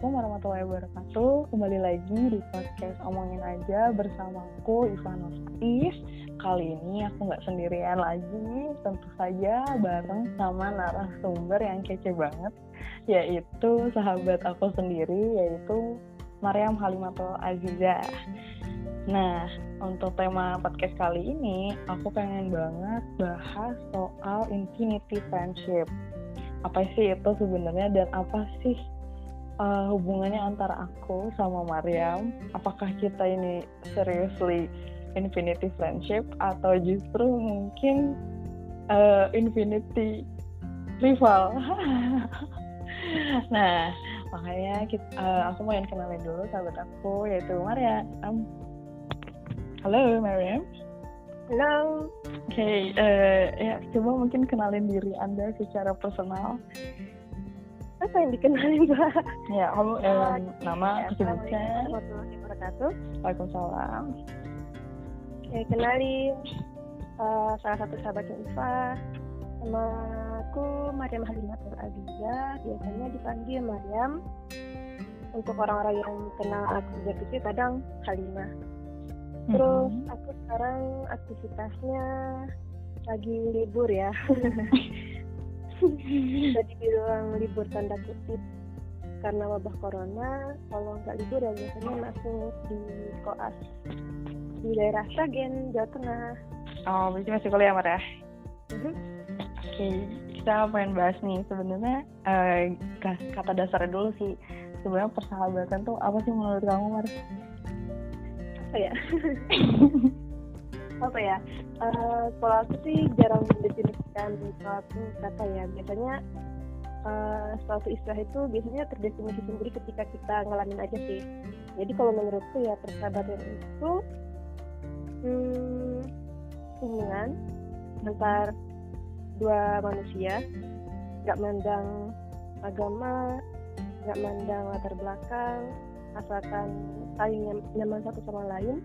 Assalamualaikum warahmatullahi wabarakatuh. Kembali lagi di podcast Omongin Aja bersamaku Ivanov Is. Kali ini aku nggak sendirian lagi, tentu saja bareng sama narasumber yang kece banget, yaitu sahabat aku sendiri, yaitu Maryam Halimatul Azizah. Nah, untuk tema podcast kali ini, aku pengen banget bahas soal infinity friendship. Apa sih itu sebenarnya dan apa sih hubungannya antara aku sama Maryam? Apakah kita ini seriously infinity friendship atau justru mungkin infinity rival? Nah, makanya aku mau kenalin dulu sahabat aku, yaitu Maryam. Halo Maryam. Halo. Oke, ya coba mungkin kenalin diri Anda secara personal. Apa yang dikenalin, Mbak? Ya, kamu nama, kesibukan. Warahmatullahi wabarakatuh. Waalaikumsalam. Oke, kenalin salah satu sahabatnya Iva. Nama aku Maryam Halimatul Azizah, biasanya dipanggil Maryam. Untuk orang-orang yang kenal aku sejak kecil kadang Halimah. Terus aku sekarang aktivitasnya lagi libur ya. Bisa dibilang libur tanda kutip karena wabah corona. Kalau nggak libur ya biasanya masuk di koas di daerah Sragen, Jawa Tengah. Oh, berarti masih kuliah, Mar ya? Oke, kita pengen bahas nih sebenarnya kata dasarnya dulu sih. Sebenarnya persahabatan tuh apa sih menurut kamu, Mar? Apa ya? Kalau aku sih jarang mendefinisikan suatu kata ya. Biasanya suatu istilah itu biasanya terdefinisi sendiri ketika kita ngalamin aja sih. Jadi kalau menurutku ya persahabatan itu hubungan antar dua manusia, nggak mandang agama, nggak mandang latar belakang, asalkan saling nyaman satu sama lain.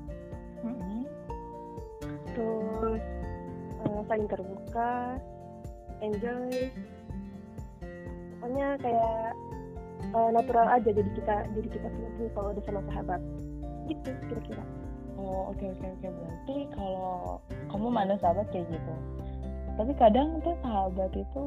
Terus saling terbuka, enjoy, pokoknya kayak natural aja jadi kita sendiri kalau udah sama sahabat gitu kira-kira. Oh, oke. Berarti kalau kamu mana sahabat kayak gitu, tapi kadang tuh sahabat itu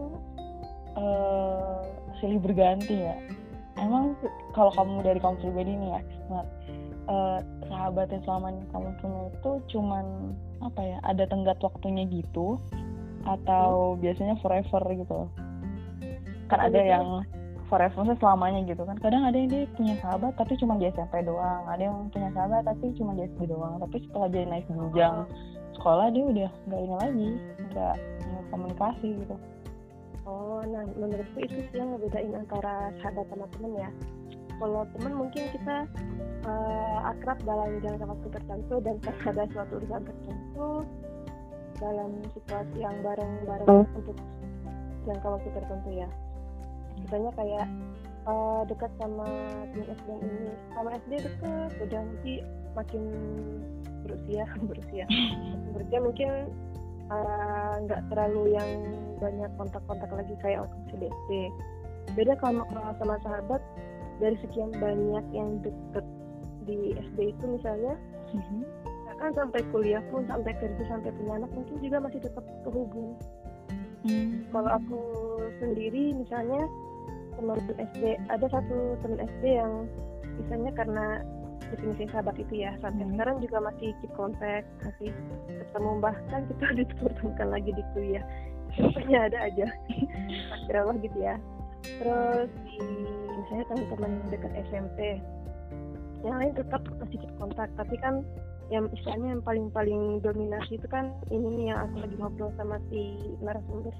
silih berganti ya. Emang kalau dari kamu pribadi nih ya, sahabat yang selama ini kamu punya itu cuman apa ya, ada tenggat waktunya gitu atau biasanya forever gitu? Kan ada yang forever, maksudnya selamanya gitu kan. Kadang ada yang dia punya sahabat tapi cuma di SMP doang, ada yang punya sahabat tapi cuma di SD doang, tapi setelah dia naik jenjang sekolah dia udah nggak ini lagi, nggak komunikasi gitu. Oh, nah menurutku itu sih yang ngebedain antara sahabat sama temen ya. Kalau temen mungkin kita akrab dalam jangka waktu tertentu dan ada suatu urusan tertentu dalam situasi yang bareng-bareng untuk jangka waktu tertentu ya. Misalnya kayak dekat sama teman SD ini, sama SD deket, udah nanti makin berusia mungkin nggak terlalu yang banyak kontak-kontak lagi kayak waktu SD. Beda kalau sama sahabat, dari sekian banyak yang deket di SD itu misalnya, kan sampai kuliah pun, sampai kerja, sampai punya anak mungkin juga masih tetap terhubung. Kalau aku sendiri misalnya teman SD, ada satu teman SD yang misalnya karena definisi sahabat itu ya sampai sekarang juga masih keep contact, masih ketemu, bahkan kita dipertemukan lagi di kuliah. Contohnya ada aja, astagfirullah gitu ya. Terus di misalnya teman-teman dekat SMP, yang lain tetap masih keep kontak, tapi kan yang istilahnya yang paling dominasi itu kan ini nih yang aku lagi ngobrol sama si narasumber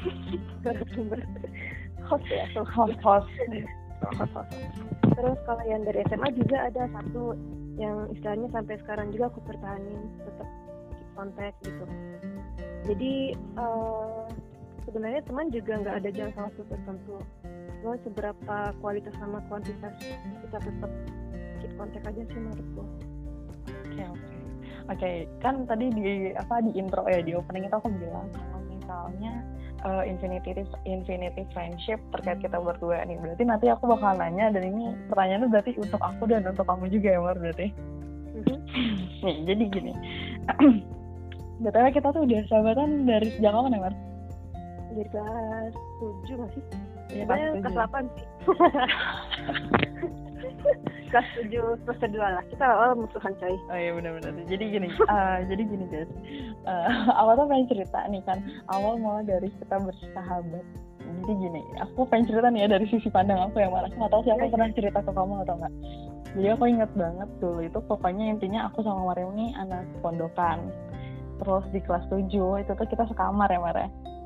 host ya, host. Terus kalau yang dari SMA juga ada satu yang istilahnya sampai sekarang juga aku pertahanin, tetap keep kontak gitu. Jadi sebenarnya teman juga nggak ada jangka waktu tertentu. Cuma seberapa kualitas sama kuantitas kita tetap keep kontak aja sih menurutku. Oke. Kan tadi di intro ya, di opening itu aku bilang kalau misalnya infinity friendship terkait kita berdua nih. Berarti nanti aku bakal nanya, dan ini pertanyaannya berarti untuk aku dan untuk kamu juga ya, Mar, berarti. Nih, jadi gini. BTW kita tuh udah sahabatan dari sejak kapan ya, Mar? Dari kelas 7 nggak sih? Ya, kelas 8 sih. Kelas 7 semester 2 lah. Kita awal musuhan coy. Oh iya, benar-benar. Jadi gini guys. Aku tuh pengen cerita nih kan. Awal mulai dari kita bersahabat. Jadi gini, aku pengen cerita nih ya dari sisi pandang aku yang mana. Aku nggak tahu siapa pernah cerita ke kamu atau enggak. Jadi aku ingat banget dulu itu pokoknya intinya aku sama Mariam ini anak pondokan. Terus di kelas 7 itu tuh kita sekamar ya, Mar.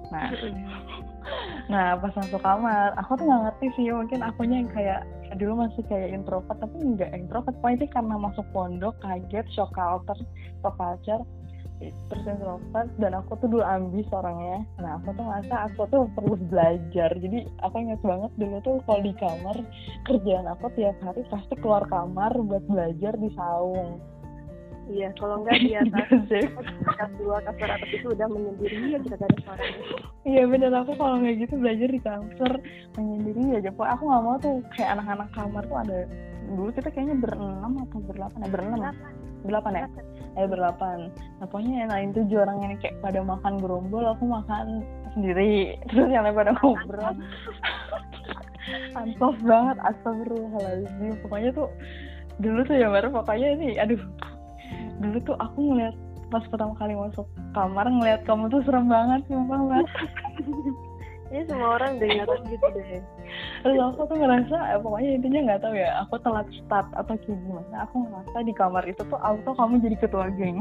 Nah pas masuk kamar aku tuh nggak ngerti sih, mungkin akunya yang kayak dulu masih kayak introvert, tapi nggak introvert, pokoknya itu karena masuk pondok kaget, shock culture, terus introvert, dan aku tuh dulu ambis orangnya. Nah aku tuh ngerasa aku tuh perlu belajar, jadi aku ingat banget dulu tuh kalau di kamar kerjaan aku tiap hari pasti keluar kamar buat belajar di saung. Iya, kalau enggak di atas kelas 2, kasur atas itu udah menyendiri ya, kita gak ada suaranya. Iya bener, aku kalau nggak gitu belajar di kasur menyendiri aja. Pokoknya aku nggak mau tuh kayak anak-anak kamar tuh ada, dulu kita kayaknya berenam atau berlapan ya, berlapan ya, berlapan. Nah pokoknya lain tuh orang ini kayak pada makan gerombol, aku makan sendiri, terus yang lain pada ngobrol. Antos banget, astagfirullahaladzim. Pokoknya tuh dulu tuh ya baru pokoknya ini, aduh. Dulu tuh aku ngeliat pas pertama kali masuk kamar, ngeliat kamu tuh serem banget, sumpah banget. Ini semua orang dengerin gitu deh. Terus aku tuh ngerasa, pokoknya intinya nggak tahu ya, aku telat start atau kayak gimana. Aku ngerasa di kamar itu tuh auto kamu jadi ketua geng.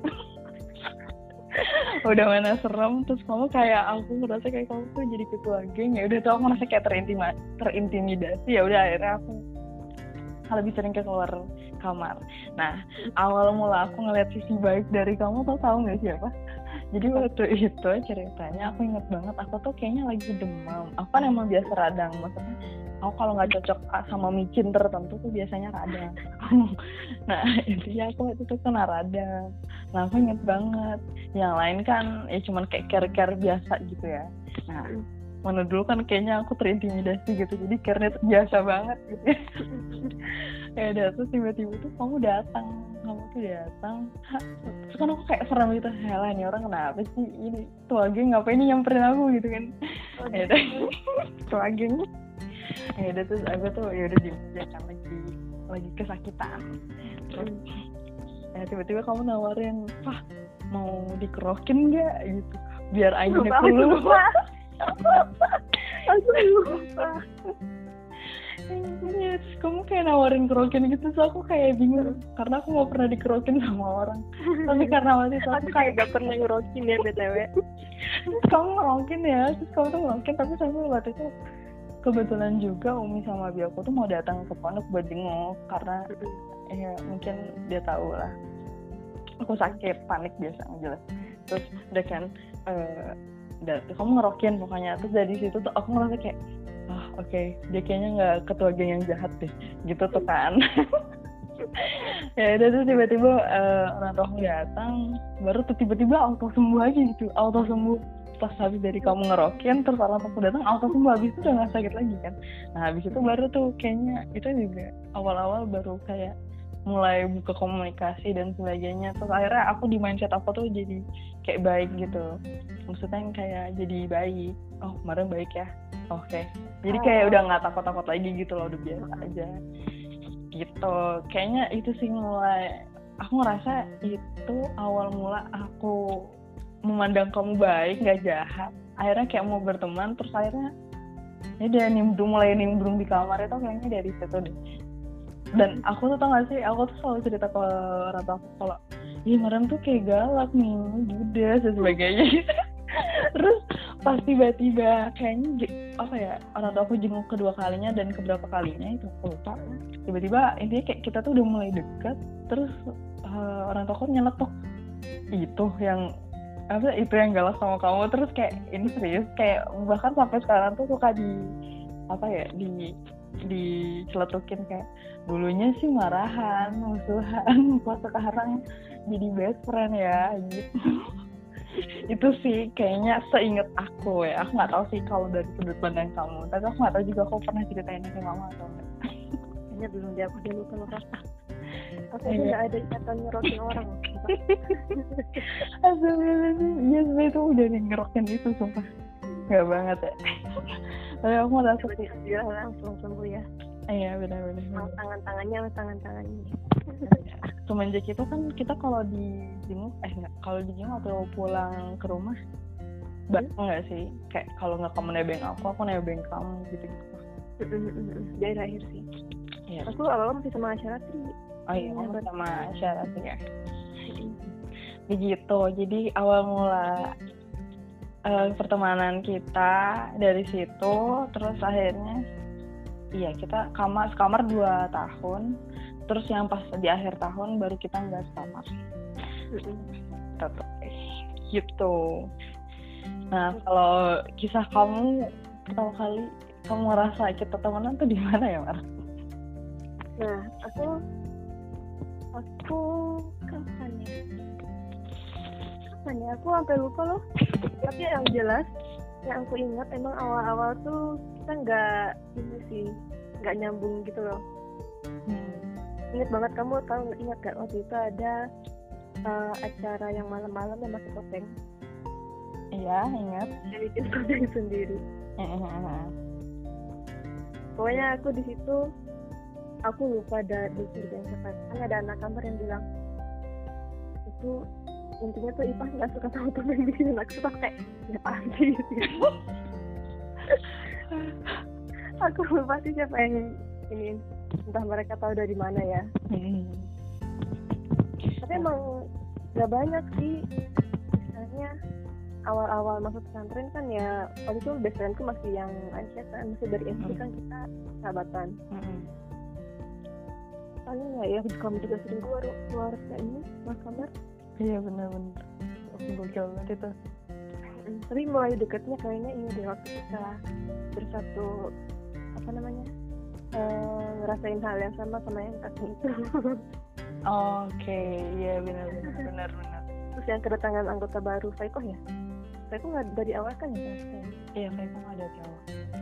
Udah mana serem, terus kamu kayak, aku ngerasa kayak kamu tuh jadi ketua geng. Ya udah tuh aku ngerasa kayak terintimidasi. Ya udah akhirnya aku lebih sering keluar kamar. Nah, awal mula aku ngeliat sisi baik dari kamu, tahu nggak siapa? Jadi waktu itu ceritanya aku inget banget, aku tuh kayaknya lagi demam. Aku kan emang biasa radang, maksudnya aku kalau nggak cocok sama micin tertentu tuh biasanya radang. Nah, intinya aku itu tuh kena radang. Nah, aku inget banget. Yang lain kan ya cuman kayak care-care biasa gitu ya. Nah, mana dulu kan kayaknya aku terintimidasi gitu, jadi karena itu biasa banget gitu. Ya udah, terus tiba-tiba tuh kamu datang, terus kan aku kayak serem gitu, helah ini orang kenapa sih, ini tua geng ngapain ini nyamperin aku gitu kan. Ya udah, tua geng. Ya udah, terus aku tuh ya udah dibiarkan lagi kesakitan. Terus ya tiba-tiba kamu nawarin, "Pah, mau dikerokin nggak?" gitu, biar anginnya keluar. Aku lupa. Iya, terus kamu kayak nawarin kerokin gitu, so aku kayak bingung karena aku nggak pernah dikerokin sama orang. Tapi karena waktu itu aku kayak gak pernah ngerokin ya BTW. Terus kamu ngerokin ya, terus kamu tuh ngerokin, tapi sampai waktu itu kebetulan juga Umi sama Abi aku tuh mau datang ke pondok buat jenguk karena ya mungkin dia tahu lah aku sakit, panik biasa jelas. Terus udah kan kamu ngerokin pokoknya. Terus dari situ tuh aku ngerasa kayak oke, dia kayaknya nggak ketua geng yang jahat deh gitu tuh kan. Ya udah, terus tiba-tiba orang tua aku datang, baru tuh tiba-tiba auto sembuh aja gitu, auto sembuh pas habis dari kamu ngerokin, terus orang tua aku datang auto sembuh, habis itu udah nggak sakit lagi kan. Nah habis itu baru tuh kayaknya itu juga awal-awal baru kayak mulai buka komunikasi dan sebagainya. Terus akhirnya aku di mindset aku tuh jadi kayak baik gitu, maksudnya kayak jadi baik. Oh kemarin baik ya, oke. Jadi kayak udah nggak takut-takut lagi gitu loh, udah biasa aja gitu. Kayaknya itu sih mulai aku ngerasa itu awal mula aku memandang kamu baik, nggak jahat. Akhirnya kayak mau berteman, terus akhirnya ya dia mulai nimbrung di kamar itu kayaknya dari situ deh. Dan aku tuh tau gak sih, aku tuh selalu cerita ke orang tua aku kalau Mariam tuh kayak galak nih, judes dan sebagainya gitu. Terus pas tiba-tiba kayaknya orang tua aku jenguk kedua kalinya dan keberapa kalinya itu aku lupa. Tiba-tiba intinya kayak kita tuh udah mulai dekat, terus orang tua aku nyeletuk itu yang galak sama kamu. Terus kayak ini serius, kayak bahkan sampai sekarang tuh suka diceletukin kayak dulunya sih marahan, musuhan, pas sekarang jadi best friend ya gitu. Itu sih kayaknya seinget aku ya. Aku nggak tahu sih kalau dari sudut pandang kamu. Tapi aku nggak tahu juga aku pernah ceritain ke mama atau enggak. Kayaknya belum deh, aku udah lupa loh. Aku tuh nggak ada ikatan ngerokin orang. Astagfirullahaladzim. Iya sebenernya itu udah nih ngerokin itu sumpah. Nggak banget ya. Tapi aku merasa sih. Dia langsung sembuh ya. Iya benar-benar. Tangan-tangannya. Semenjak itu kan kita kalau di Jenguk, kalau di Jenguk atau pulang ke rumah, nggak sih? Kayak kalau nggak kamu nebeng aku nebeng kamu gitu. Dari akhir sih. Iya. Aku awal masih sama Syaratri. Oh iya, sama Syaratri ya. Begitu. Jadi awal mula pertemanan kita dari situ, terus akhirnya iya kita sekamar 2 tahun, terus yang pas di akhir tahun baru kita nggak sekamar. Gitu. Nah kalau kisah kamu pertama kali kamu ngerasa kita temenan tuh di mana ya, Mar? Nah aku kapan ya? Aku sampai lupa loh. Tapi yang jelas yang aku ingat emang awal-awal tuh kita nggak nyambung gitu loh. Ingat banget, kamu ingat gak waktu itu ada acara yang malam-malam yang pakai topeng? Iya ingat. Yang bikin topeng sendiri. Pokoknya aku di situ aku lupa dari yang cepat. Kan ada anak kamar yang bilang itu intinya tuh Ipah nggak suka sama topeng bikin aku suka kayak ya pasti gitu. Aku lupa sih siapa yang ini, entah mereka tahu dari mana ya. Tapi emang gak banyak sih. Misalnya awal-awal masuk pesantren kan ya waktu itu best friendku masih yang Aisyah kan, masih dari SD kan kita sahabatan. Paling ya kamu juga sering keluar kayak ini mas kamar. Iya benar-benar. Gokil banget itu. Tapi mulai dekatnya kayaknya ini deh waktu kita bersatu ngerasain hal yang sama yang kasih itu. Oke, iya benar. Terus yang kedatangan anggota baru Faikoh ya? Faikoh nggak dari awal kan ya? Iya Faikoh nggak dari awal.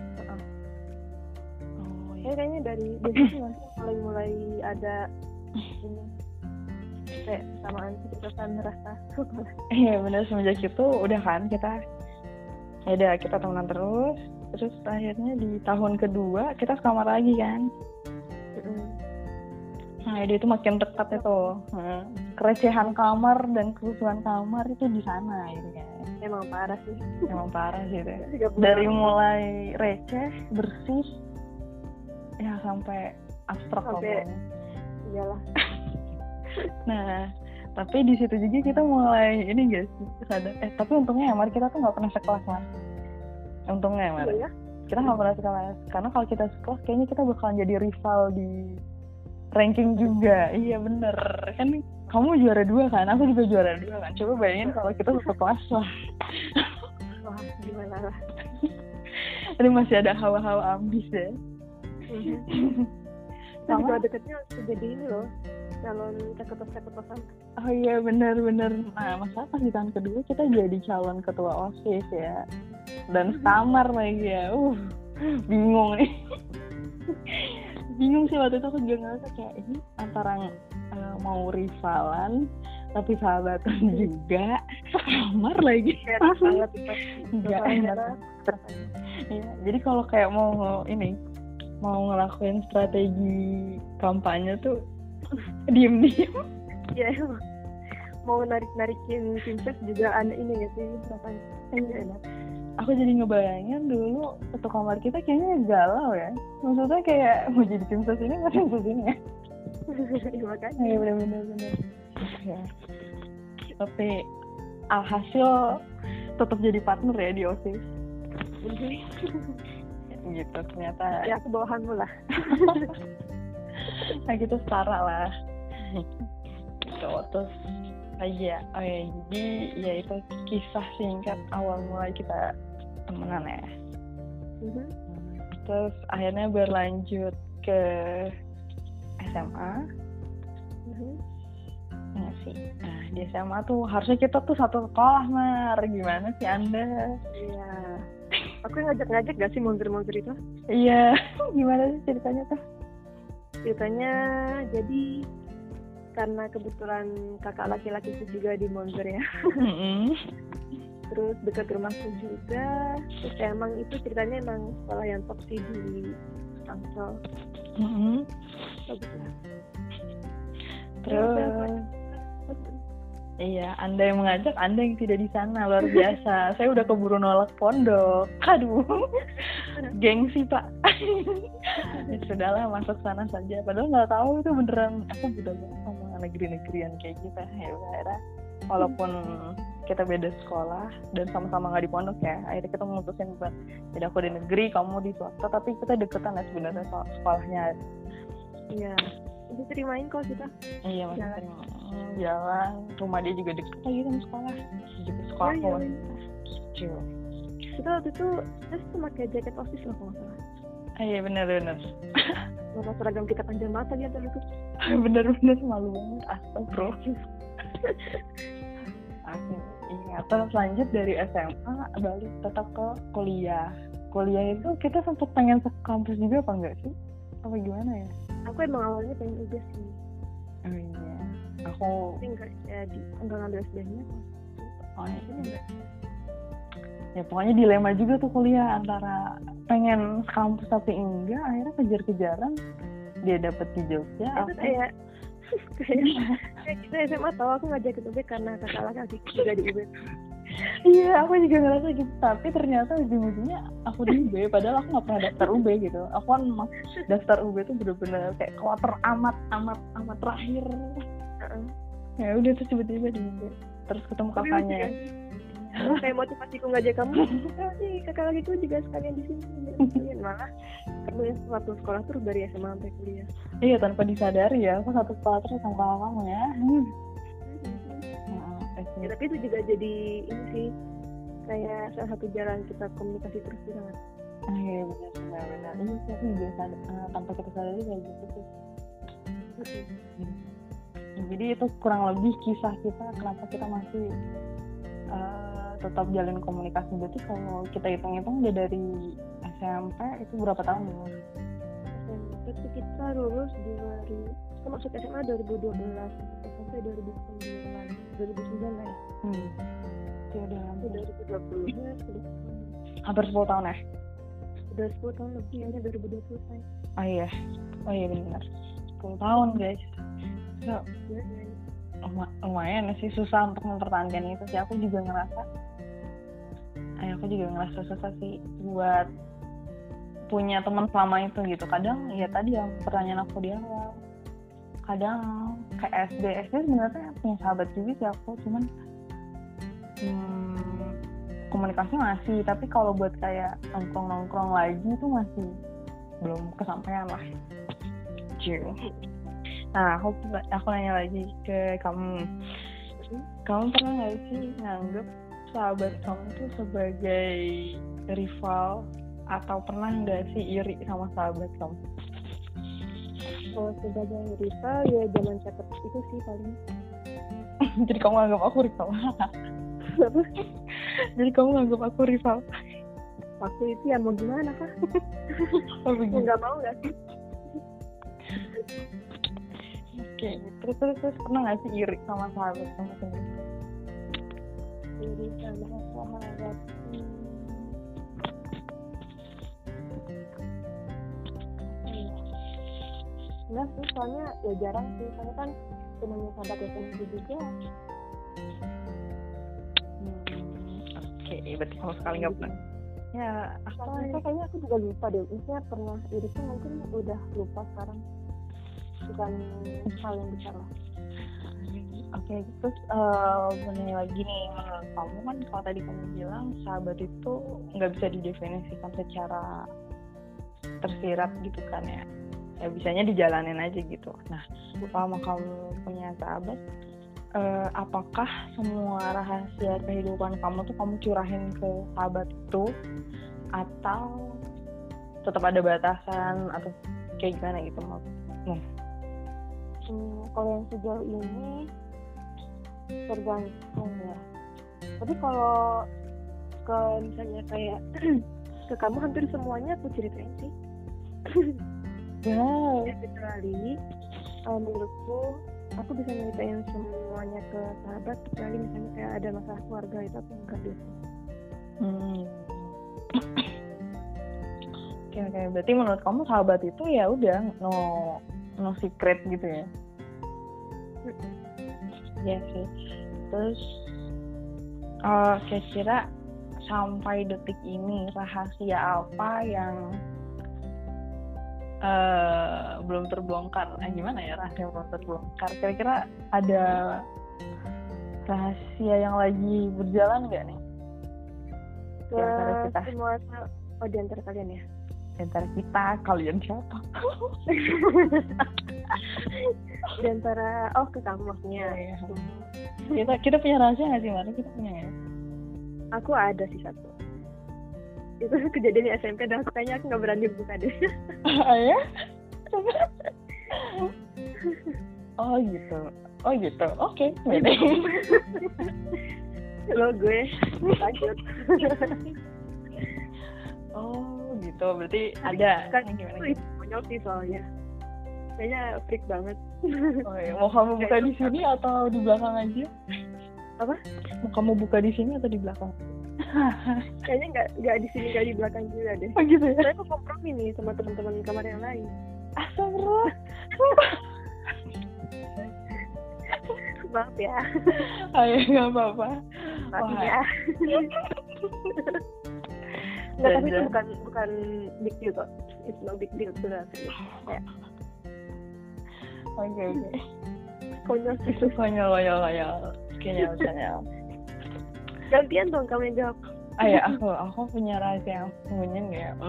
Oh iya. Kayaknya dari situ mulai ada ini kayak kesamaan kita merasa. Iya benar, semenjak itu udah kan kita temenan terus akhirnya di tahun kedua kita sekamar lagi kan. Nah dia itu makin dekat itu. Kerecehan kamar dan kerusuhan kamar itu di sana gitu kan. Emang parah sih itu. Dari mulai receh, bersih ya sampai abstrak iyalah. Nah tapi di situ juga kita mulai ini guys sadar. Tapi untungnya ya Mar, kita tuh nggak pernah sekelas Mar. Untungnya ya Mar. Ya? Kita nggak pernah sekelas karena kalau kita sekelas kayaknya kita bakalan jadi rival di ranking juga. Iya bener kan, kamu juara 2 kan, aku juga juara 2 kan. Coba bayangin kalau kita satu kelas lah. Wah gimana lah. Ini masih ada hawa-hawa ambis ya. Kita juga deketnya jadi ini loh, calon ceketos-ceketosan. Oh iya benar. Nah masa pas di tahun kedua kita jadi calon ketua OSIS ya, dan sekamar lagi ya. Bingung nih. Bingung sih waktu itu aku juga ngerasa kayak ini antara mau rivalan tapi sahabatan juga, sekamar lagi. Sangat nggak enak. Ya, jadi kalau kayak mau ngelakuin strategi kampanye tuh diem. Ya mau narikin Pinterest juga ada ini nggak sih rasanya enak. Aku jadi ngebayangin dulu satu kamar kita kayaknya galau ya, maksudnya kayak mau jadi tim ses ini nggak tim ses ini ya. Iya makanya. Iya benar. Ya. Tapi alhasil tetap jadi partner ya di OSIS. Gitu ternyata. Ya aku bawahanmu lah. Nah gitu setara lah. Gitu terus aja. Jadi ya itu kisah singkat awal mulai kita temenan ya. Terus akhirnya berlanjut ke SMA. sih? Nah, di SMA tuh harusnya kita tuh satu sekolah, Mar. Gimana sih Anda? Iya. Aku yang ngajak-ngajak gak sih monster-monster itu? Iya, gimana sih ceritanya tuh? Ceritanya jadi karena kebetulan kakak laki-laki itu juga di monster ya. Terus dekat rumahku juga. Terus emang itu ceritanya emang sekolah yang top sih di Tangsel. Bagus lah. Terus iya, Anda yang mengajak, Anda yang tidak di sana, luar biasa. Saya udah keburu nolak pondok. Aduh, gengsi Pak. Ya sudahlah, masuk sana saja. Padahal nggak tahu itu beneran aku beda banget sama negeri-negerian kayak kita. Ya udah, walaupun kita beda sekolah dan sama-sama nggak di pondok ya, akhirnya kita memutusin buat jadi aku di negeri, kamu di swasta, tapi kita deketan ya sebenarnya sekolahnya. Iya. Masih terimain kok kita. Iya, masih terima. Jalan, rumah dia juga deket lagi sama sekolah. Juga sekolah aku. Gitu. Kita waktu itu terus pakai jaket OSIS loh kalau nggak salah. Iya benar. Maka seragam kita panjang banget tadi antar itu. Bener malu banget. Astagfirullah. Aku ingat. Terus lanjut dari SMA balik tetap ke kuliah. Kuliah itu kita sempat pengen sekampus juga apa enggak sih? Apa gimana ya? Aku emang awalnya pengen UB sih. Oh iya. Aku enggak ngambil SBM-nya. Oh iya. Ya pokoknya dilema juga tuh kuliah antara pengen kampus tapi enggak, akhirnya kejar-kejaran dia dapet di Jogja. Itu kayak kita SMA tahu aku ngajakin UB karena kakak laki juga di UB. Iya, aku juga ngerasa gitu. Tapi ternyata ujung-ujungnya aku di UB, padahal aku nggak pernah daftar UB gitu. Aku kan daftar UB tuh bener-bener kayak kloter amat terakhir. Ya udah tuh tiba-tiba di UB. Terus ketemu kakaknya. Kayak motivasiku ngajak kamu. Sih kakak lakiku juga sekalian di sini. Malah kamu yang satu sekolah terus dari SMA sampai kuliah. Iya, tanpa disadari ya, aku satu sekolah terus sama kamu ya. Ya, tapi itu juga jadi ini sih kayak salah satu jalan kita komunikasi terus juga kan. Iya benar. Ini sih biasa tanpa kita sadari kayak gitu sih. Jadi itu kurang lebih kisah kita kenapa kita masih tetap jalin komunikasi. Berarti kalau kita hitung-hitung udah dari SMP itu berapa tahun ya? SMP kita lulus kita masuk SMA 2012, SMP 2009 lah ya. Ya udah hampir 2020 ya, hampir 10 tahun ya? Udah 10 tahun lebih, hanya 2020 saya. Oh iya benar. 10 tahun guys. So, lumayan sih, susah untuk mempertahankan itu sih. Aku juga ngerasa susah sih buat punya teman selama itu gitu. Kadang ya tadi yang pertanyaan aku di awal, kadang kayak SD sebenarnya punya sahabat juga sih aku, cuman komunikasi masih, tapi kalau buat kayak nongkrong lagi itu masih belum kesampaian lah. Nah, aku nanya lagi ke kamu pernah nggak sih nganggep sahabat kamu tuh sebagai rival, atau pernah nggak sih iri sama sahabat kamu? Kalau sebagai rival ya zaman chat itu sih paling. Jadi kamu anggap aku rival? Apa? Jadi kamu anggap aku rival? Waktu itu ya mau gimana kah? Nggak mau nggak sih? Oke, terus pernah nggak sih iri sama sahabat kamu sendiri? Iri sama sahabat. Enggak sih, soalnya ya jarang sih, soalnya kan temennya sahabat SMP juga. Oke, berarti sama sekali nggak pernah. Ya, kayaknya aku juga lupa deh. Misalnya pernah iri tuh mungkin udah lupa sekarang. Bukan hal yang besar lah. Oke, terus menanya lagi nih, menurut kamu kan kalau tadi kamu bilang sahabat itu nggak bisa didefinisikan secara tersirat gitu kan ya. Ya bisanya dijalanin aja gitu. Nah, kalau kamu punya sahabat, apakah semua rahasia kehidupan kamu tuh kamu curahin ke sahabat itu, atau tetap ada batasan atau kayak gimana gitu? Kalau yang sejauh ini Tergantung ya. Tapi kalau misalnya kayak ke kamu hampir semuanya aku ceritain sih. Wow. Ya, kecuali menurutku aku bisa nyeritain semuanya ke sahabat, kecuali misalnya kayak ada masalah keluarga itu aku enggak bisa. Oke, berarti menurut kamu sahabat itu ya udah no secret gitu ya? Ya sih. Terus kira-kira sampai detik ini rahasia apa yang belum terbongkar? Gimana ya rahasia belum terbongkar? Kira-kira ada rahasia yang lagi berjalan nggak nih? Ke semua di antara kalian ya? Di antara kita, kalian siapa? Di antara ke kamu maksudnya. Ya. Kita punya rahasia nggak sih, Mari? Kita punya ya? Aku ada sih satu. Itu kejadian di SMP dan kayaknya aku nggak berani buka deh. Ya? Oh gitu. Oke. Lo gue lanjut. Oh gitu, berarti ada. Gimana? Itu konyol sih soalnya. Kayaknya freak banget. Oh iya. Mau kamu buka di sini atau di belakang aja? Apa? Mau kamu buka di sini atau di belakang? Kayaknya nggak di sini, nggak di belakang juga deh. Oh gitu ya? Saya mau kompromi nih sama teman-teman kamar yang lain. Astagfirullah. Maaf ya. Ayo, nggak apa-apa. Maaf ya. Nggak, tapi itu bukan big deal kok. It's no big deal benar. Ya. Oke. Konyol sih. Itu konyol. Konyol. Gantian dong kamu yang jawab. Ya aku punya rahasia yang sembunyi nggak ya?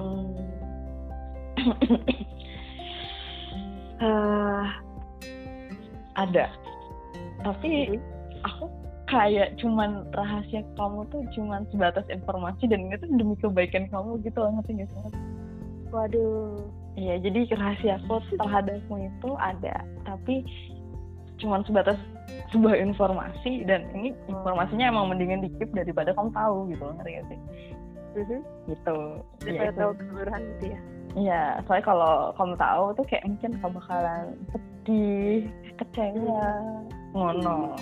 Ada. Tapi aku kayak cuman rahasia kamu tuh cuman sebatas informasi dan itu demi kebaikan kamu gitu loh, ngerti nggak sih? Waduh. Iya, jadi rahasia aku terhadapmu itu ada, tapi cuman sebatas sebuah informasi dan ini informasinya emang mendingan dikip daripada kamu tahu gitu loh, ngerti nggak sih? Gitu. Daripada tahu keseluruhan gitu ya? Iya, soalnya kalau kamu tahu tuh kayak mungkin kamu bakalan sedih, kecewa, ngono.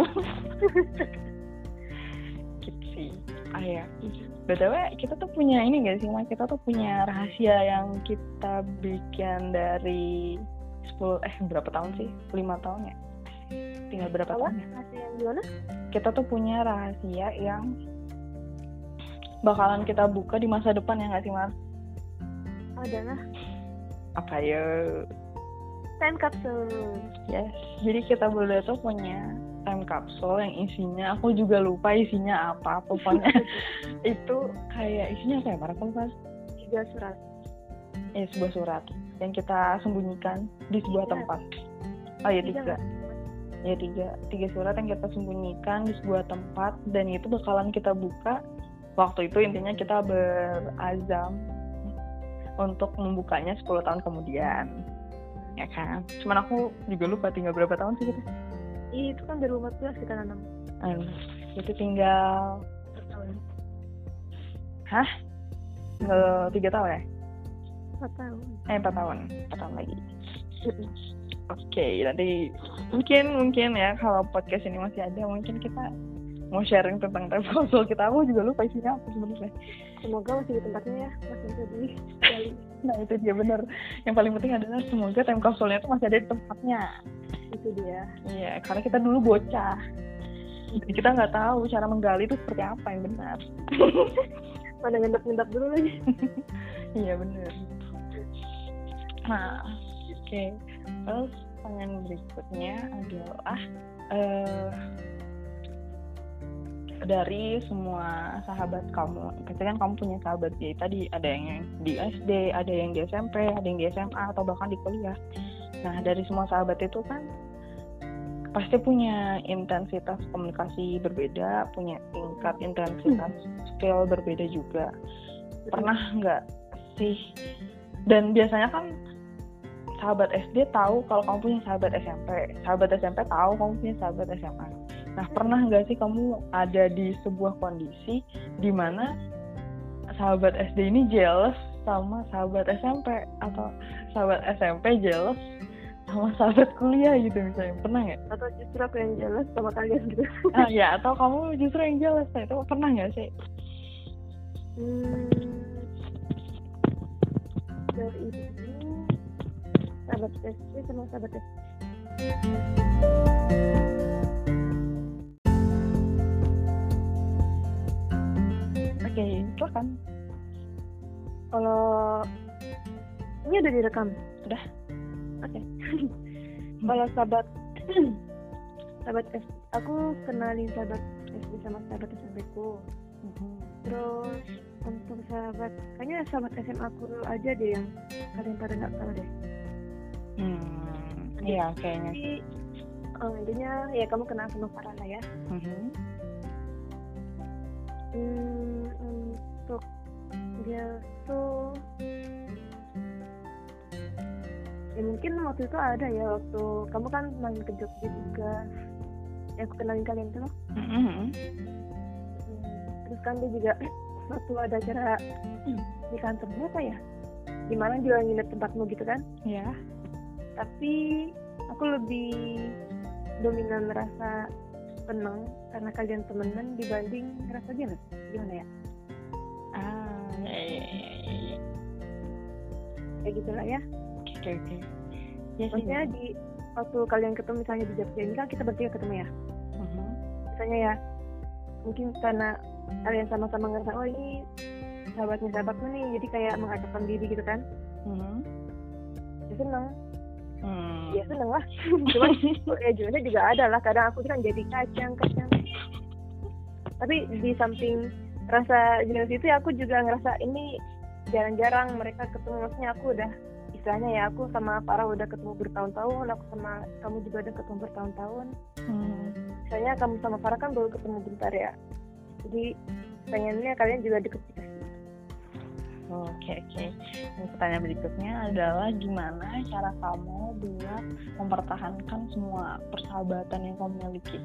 Gitu sih. Ya. BTW kita tuh punya ini nggak sih, Mas? Kita tuh punya rahasia yang kita bikin dari berapa tahun sih? 5 tahun ya? Tinggal berapa tahun ya? Rahasia yang gimana? Kita tuh punya rahasia yang bakalan kita buka di masa depan ya nggak sih, Mas? Adalah apa ya? Time capsule. Yes. Jadi kita berdua tuh punya time capsule yang isinya, aku juga lupa isinya apa. Pokoknya itu kayak isinya apa ya? Marah pas? 3 surat. Sebuah surat yang kita sembunyikan di sebuah tempat. Oh ya 3. Ya 3 surat yang kita sembunyikan di sebuah tempat dan itu bakalan kita buka. Waktu itu intinya kita berazam untuk membukanya 10 tahun kemudian. Ya kan? Cuman aku juga lupa tinggal berapa tahun sih kita? Itu kan 2014 kita nanam. Itu tinggal 4 tahun. Hah? Tinggal 3 tahun ya? 4 tahun. 4 tahun. 4 tahun lagi. Oke, nanti mungkin ya kalau podcast ini masih ada, mungkin kita mau sharing tentang time capsule kita. Aku juga lupa isinya apa sebenarnya. Semoga masih di tempatnya ya, masih bisa di. Nah itu dia benar. Yang paling penting adalah semoga time capsule-nya itu masih ada di tempatnya. Itu dia. Iya, karena kita dulu bocah. Jadi kita nggak tahu cara menggali itu seperti apa yang benar. Mana ngendap-ngendap dulu lagi. Iya benar. Nah, oke. Terus pertanyaan berikutnya adalah dari semua sahabat kamu, kan kamu punya sahabat ya, tadi ada yang di SD, ada yang di SMP, ada yang di SMA atau bahkan di kuliah. Nah dari semua sahabat itu kan pasti punya intensitas komunikasi berbeda, punya tingkat intensitas skill berbeda juga. Pernah nggak sih? Dan biasanya kan sahabat SD tahu kalau kamu punya sahabat SMP tahu kamu punya sahabat SMA. Nah, pernah nggak sih kamu ada di sebuah kondisi di mana sahabat SD ini jealous sama sahabat SMP, atau sahabat SMP jealous sama sahabat kuliah gitu misalnya, pernah nggak? Atau justru aku yang jealous sama kalian gitu? Ya, atau kamu justru yang jealous, nah itu pernah nggak sih? Dari ini sahabat SD sama sahabat SD. Oke, silakan. Kalau ini udah direkam? Udah. Oke. Kalau sahabat SD, aku kenalin sahabat SD sama sahabat SMP ku. Terus untuk kayaknya sahabat SMA aku aja deh yang kalian pada nggak tahu deh. Iya, kayaknya. Jadi intinya ya kamu kenal sama Farah lah ya. Untuk dia tuh ya mungkin waktu itu ada ya, waktu kamu kan main ke Jogja juga, yang aku kenalin kalian tuh. Terus kan dia juga waktu ada acara di kantornya apa ya, dimana dia nginep tempatmu gitu kan. Iya. Tapi aku lebih dominan merasa senang karena kalian temenan dibanding ngerasa jealous. Gimana ya? Kayak gitulah ya. Oke. Ya, maksudnya di waktu kalian ketemu misalnya di Jogja ini kan kita bertiga ketemu ya. Misalnya ya, mungkin karena kalian sama-sama ngerasa oh ini sahabatmu nih, jadi kayak mengacapkan diri gitu kan. Ya seneng. Ya seneng lah. Cuman ya jelasnya juga ada lah, kadang aku kan jadi kacang. Tapi di samping rasa jelas itu ya, aku juga ngerasa ini jarang-jarang mereka ketemu. Maksudnya aku udah istilahnya ya, aku sama Farah udah ketemu bertahun-tahun, aku sama kamu juga udah ketemu bertahun-tahun. Misalnya kamu sama Farah kan baru ketemu bentar ya, jadi pengennya kalian juga deket-deket. Oke. Pertanyaan berikutnya adalah gimana cara kamu buat mempertahankan semua persahabatan yang kamu miliki?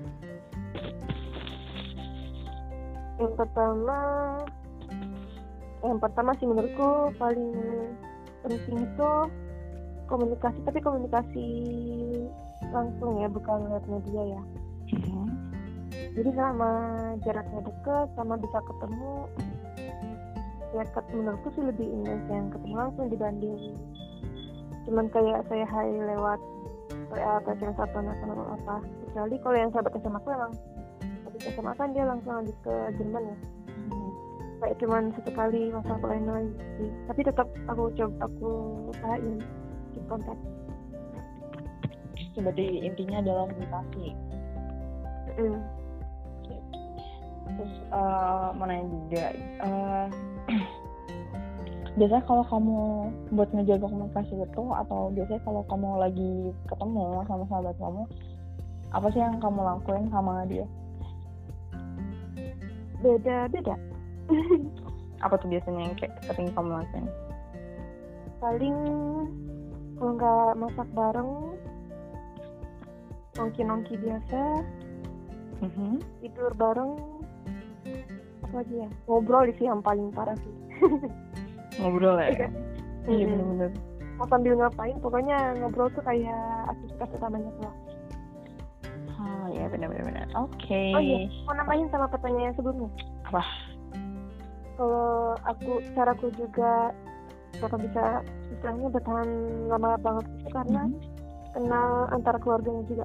Yang pertama sih menurutku paling penting itu komunikasi, tapi komunikasi langsung ya, bukan lewat media ya. Jadi sama jaraknya dekat, sama bisa ketemu ya, menurutku sih lebih intens yang ketemu langsung dibanding cuman kayak saya hai lewat WA atau SMS atau apa. Kecuali kalau yang sahabat SMA aku emang habis SMA kan dia langsung lanjut ke Jerman ya. Kayak cuman sekali masa lain lagi, tapi tetap aku usahain keep kontak. Berarti intinya adalah komunikasi. Terus mau nanya juga, biasanya kalau kamu buat ngejaga komunikasi itu, atau biasanya kalau kamu lagi ketemu sama sahabat kamu, apa sih yang kamu lakuin sama dia? Beda-beda. Apa tuh biasanya yang kayak sering kamu lakuin? Paling kalau nggak masak bareng, nongki biasa, tidur bareng, apa aja ya, ngobrol sih yang paling parah sih. Ngobrol ya? Iya bener-bener. Mau sambil ngapain, pokoknya ngobrol tuh kayak aktivitas utamanya tuh. Ya benar-benar. Oke. Oh iya, mau nambahin sama pertanyaan sebelumnya. Apa? Kalau caraku juga bakal bisa istilahnya bertahan lama banget itu karena kenal antara keluarganya juga.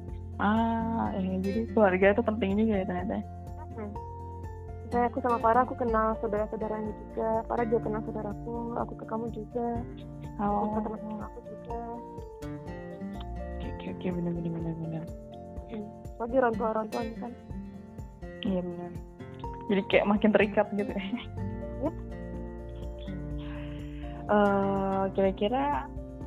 Jadi keluarga itu penting juga ya ternyata. Misalnya aku sama Farah, aku kenal saudara-saudaranya juga. Farah juga kenal saudaraku, aku ke kamu juga. Aku ke teman-teman aku juga. Oke, benar. Lagi orang tuanya kan. Iya benar. Jadi kayak makin terikat gitu ya. Yep. Kira-kira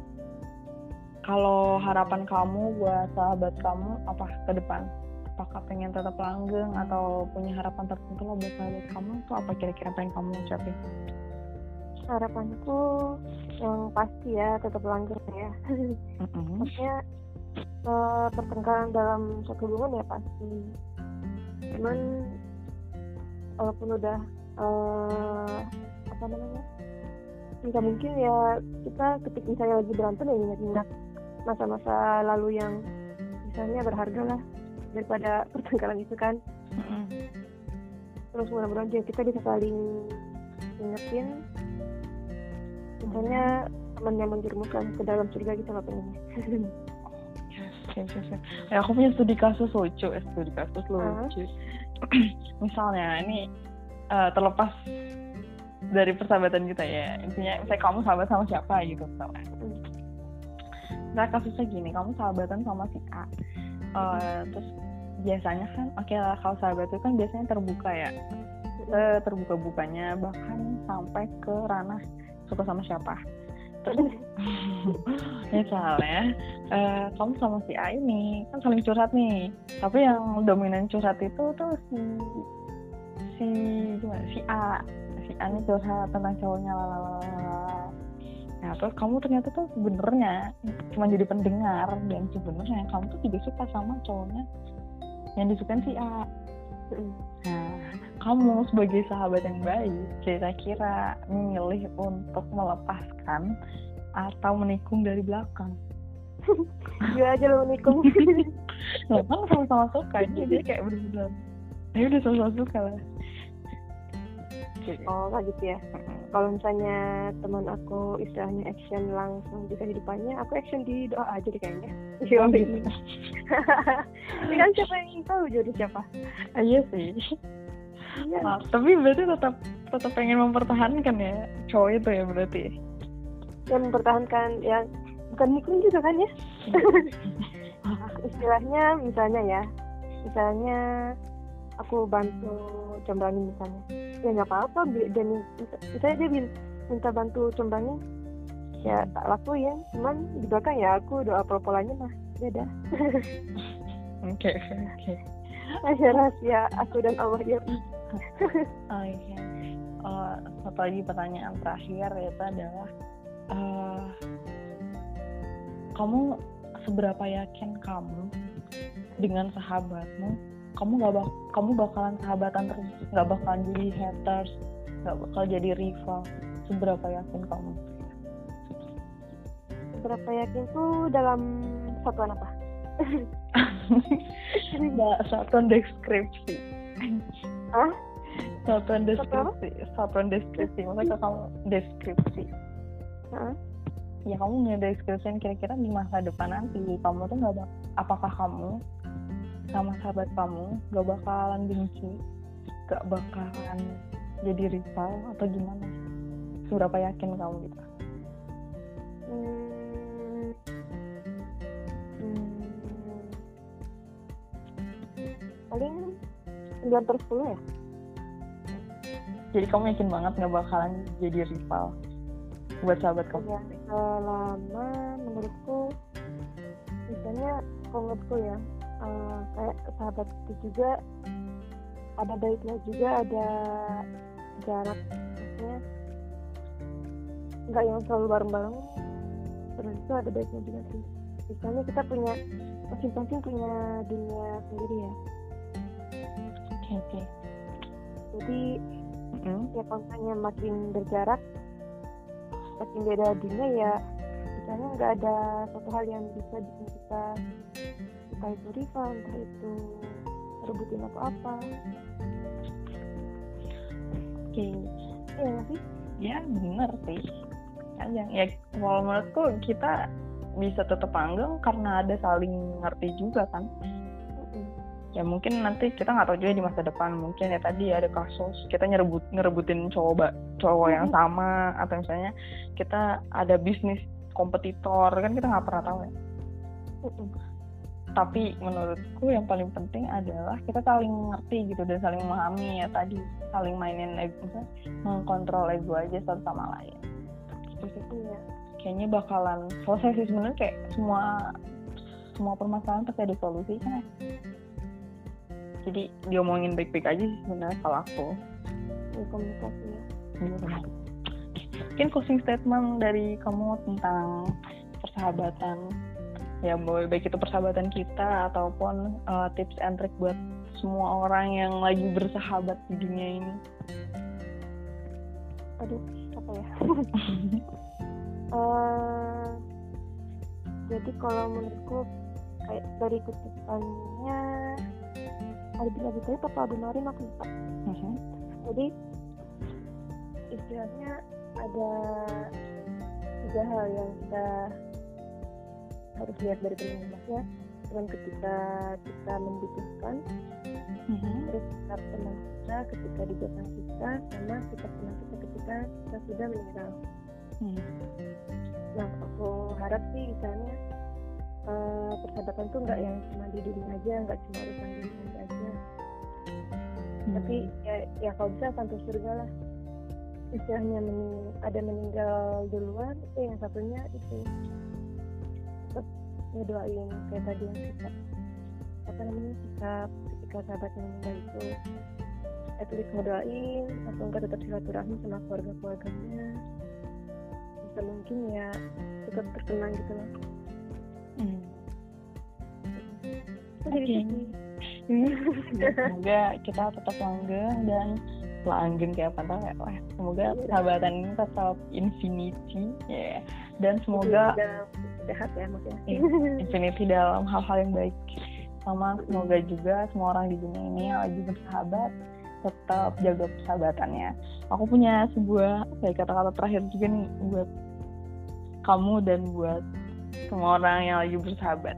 kalau harapan kamu buat sahabat kamu apa ke depan? Apakah pengen tetap langgeng atau punya harapan tertentu buat sahabat kamu? Itu apa kira-kira pengen kamu ucapin? Harapanku yang pasti ya tetap langgeng ya. Maksudnya pertengkaran dalam satu hubungan ya pasti. Cuman walaupun udah nggak mungkin ya kita ketika misalnya lagi berantem ya ingat-ingat masa-masa lalu yang misalnya berharga lah daripada pertengkaran itu kan. Terus mudah-mudahan juga kita bisa saling ingetin misalnya teman yang menjerumuskan ke dalam surga gitu loh pengennya. Yes. Ya, aku punya studi kasus lucu. Misalnya ini terlepas dari persahabatan kita ya, intinya misalnya kamu sahabat sama siapa gitu misalnya. Nah kasusnya gini, kamu sahabatan sama si A, terus biasanya kan oke lah, kalau sahabat itu kan biasanya terbuka ya, terbuka-bukanya bahkan sampai ke ranah suka sama siapa. Terus misalnya kamu sama si A ini kan saling curhat nih, tapi yang dominan curhat itu tuh si A nih curhat tentang cowoknya lalala. Nah terus kamu ternyata tuh sebenarnya cuma jadi pendengar, dan sebenarnya kamu tuh juga suka sama cowoknya yang disukain si A. Nah kamu sebagai sahabat yang baik kira-kira milih untuk melepaskan atau menikung dari belakang? Gue aja lo menikung. Lah kan sama-sama suka, jadi kayak bener-bener ya udah sama-sama suka lah. Oh kayak gitu ya. Kalau misalnya teman aku istilahnya action langsung di kehidupannya, aku action di doa aja deh kayaknya. Iya gitu. Ini kan siapa yang tahu jodoh siapa? Iya sih. Iya. Nah, tapi berarti tetap pengen mempertahankan ya cowok itu ya berarti. Yang mempertahankan ya, bukan nikung juga kan ya. Istilahnya misalnya aku bantu comblangin misalnya, ya nggak apa-apa, dan misalnya dia minta bantu comblangin ya tak lakuin, cuman di belakang ya aku doa pol-polannya mah beda. Oke. Aja rahasia aku dan Allah ya. Oke. Satu lagi pertanyaan terakhir yaitu adalah kamu seberapa yakin kamu dengan sahabatmu, kamu bakalan sahabatan terus, nggak bakalan jadi haters, nggak bakal jadi rival? Seberapa yakin kamu? Seberapa yakin tuh dalam satuan apa? Satuan deskripsi. Hah? Satuan deskripsi. Maksudnya kamu deskripsi. Ya kamu ngedeskripsiin kira-kira di masa depan nanti kamu tuh apakah kamu sama sahabat kamu gak bakalan benci, gak bakalan jadi rival atau gimana? Seberapa yakin kamu gitu? Paling 9/10 ya. Jadi kamu yakin banget gak bakalan jadi rival buat sahabat kamu? Ya, selama menurutku misalnya menurutku ya kayak sahabat itu juga ada baiknya juga, ada jarak, maksudnya nggak yang selalu bareng-bareng, terus itu ada baiknya juga sih. Misalnya kita punya masing-masing punya dunia sendiri ya. Oke. Jadi ya kalau misalnya makin berjarak, makin beda dunia ya, misalnya nggak ada satu hal yang bisa bikin kita entah itu rival, entah itu rebutin apa-apa. Oke. Iya nggak sih? Ya bener sih. Ya kalau menurutku kita bisa tetap langgeng karena ada saling ngerti juga kan. Ya mungkin nanti kita nggak tahu juga di masa depan, mungkin ya tadi ada kasus kita ngerebutin cowok yang sama, atau misalnya kita ada bisnis kompetitor, kan kita nggak pernah tahu ya. Tapi menurutku yang paling penting adalah kita saling ngerti gitu dan saling memahami, ya tadi saling mainin ego, mengkontrol ego aja satu sama lain. Terus itu ya kayaknya bakalan selesai sih sebenarnya, kayak semua permasalahan pasti ada solusi kan. Jadi diomongin baik-baik aja sih sebenarnya kalau aku. Ya komunikasi ya. Mungkin closing statement dari kamu tentang persahabatan Ya baik itu persahabatan kita ataupun tips and trick buat semua orang yang lagi bersahabat di dunia ini. Aduh, apa ya? Jadi kalau menurutku kayak dari kutipannya Abu Thalib atau Abu Nu'aym aku lupa. Jadi istilahnya ada 3 hal yang kita harus lihat dari teman-temannya. Teman ketika kita membutuhkan, terus sikap teman kita ketika di belakang kita, sama sikap teman kita ketika kita sudah meninggal. Nah, aku harap sih misalnya persahabatan tuh nggak yang cuma di dunia aja, nggak cuma urusan dunia aja. Tapi ya kalau bisa sampai surga lah. Istilahnya ada meninggal duluan, yang satunya itu tetap ngedoain kayak tadi yang kita sikap ketika sahabatnya meninggal itu, at least ngedoain atau enggak tetap silaturahmi sama keluarganya, bisa mungkin ya tetap terkenang gitu lah. Semoga kita tetap langgeng dan kayak apa ya. Semoga persahabatan ini tetap infinity ya. Dan semoga sehat ya maksudnya. Infinity dalam hal-hal yang baik. Sama semoga juga semua orang di dunia ini yang lagi bersahabat tetap jaga persahabatannya. Aku punya sebuah kata-kata terakhir juga nih buat kamu dan buat semua orang yang lagi bersahabat.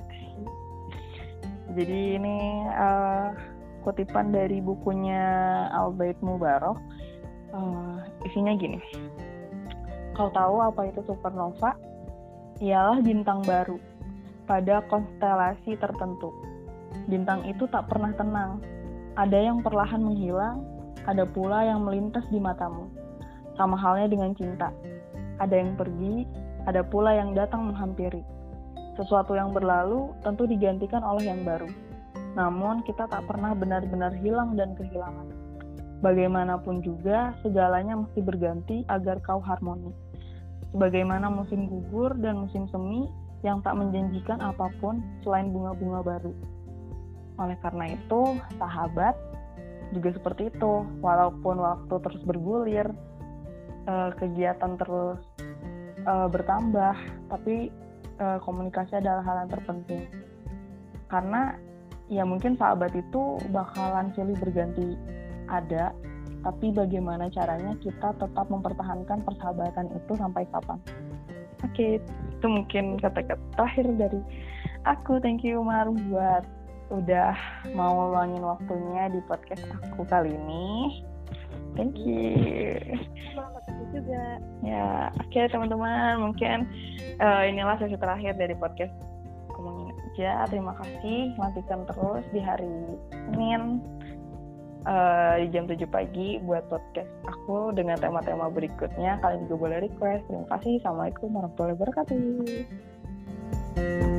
Jadi ini kutipan dari bukunya Al-Bait Mubarak. Isinya gini. Kau tahu apa itu supernova? Ialah bintang baru pada konstelasi tertentu. Bintang itu tak pernah tenang. Ada yang perlahan menghilang, ada pula yang melintas di matamu. Sama halnya dengan cinta. Ada yang pergi, ada pula yang datang menghampiri. Sesuatu yang berlalu tentu digantikan oleh yang baru. Namun kita tak pernah benar-benar hilang dan kehilangan. Bagaimanapun juga, segalanya mesti berganti agar kau harmoni. Sebagaimana musim gugur dan musim semi yang tak menjanjikan apapun selain bunga-bunga baru. Oleh karena itu, sahabat juga seperti itu. Walaupun waktu terus bergulir, kegiatan terus bertambah, tapi komunikasi adalah hal yang terpenting. Karena ya mungkin sahabat itu bakalan silih berganti ada, tapi bagaimana caranya kita tetap mempertahankan persahabatan itu sampai kapan. Oke, itu mungkin kata-kata terakhir dari aku. Thank you Mar buat udah mau luangin waktunya di podcast aku kali ini. Thank you. Selamat juga. Ya, oke teman-teman, mungkin inilah sesi terakhir dari podcast Ngomongin Aja. Terima kasih, nantikan terus di hari Senin di jam 7 pagi buat podcast aku dengan tema-tema berikutnya. Kalian juga boleh request. Terima kasih. Assalamualaikum warahmatullahi wabarakatuh.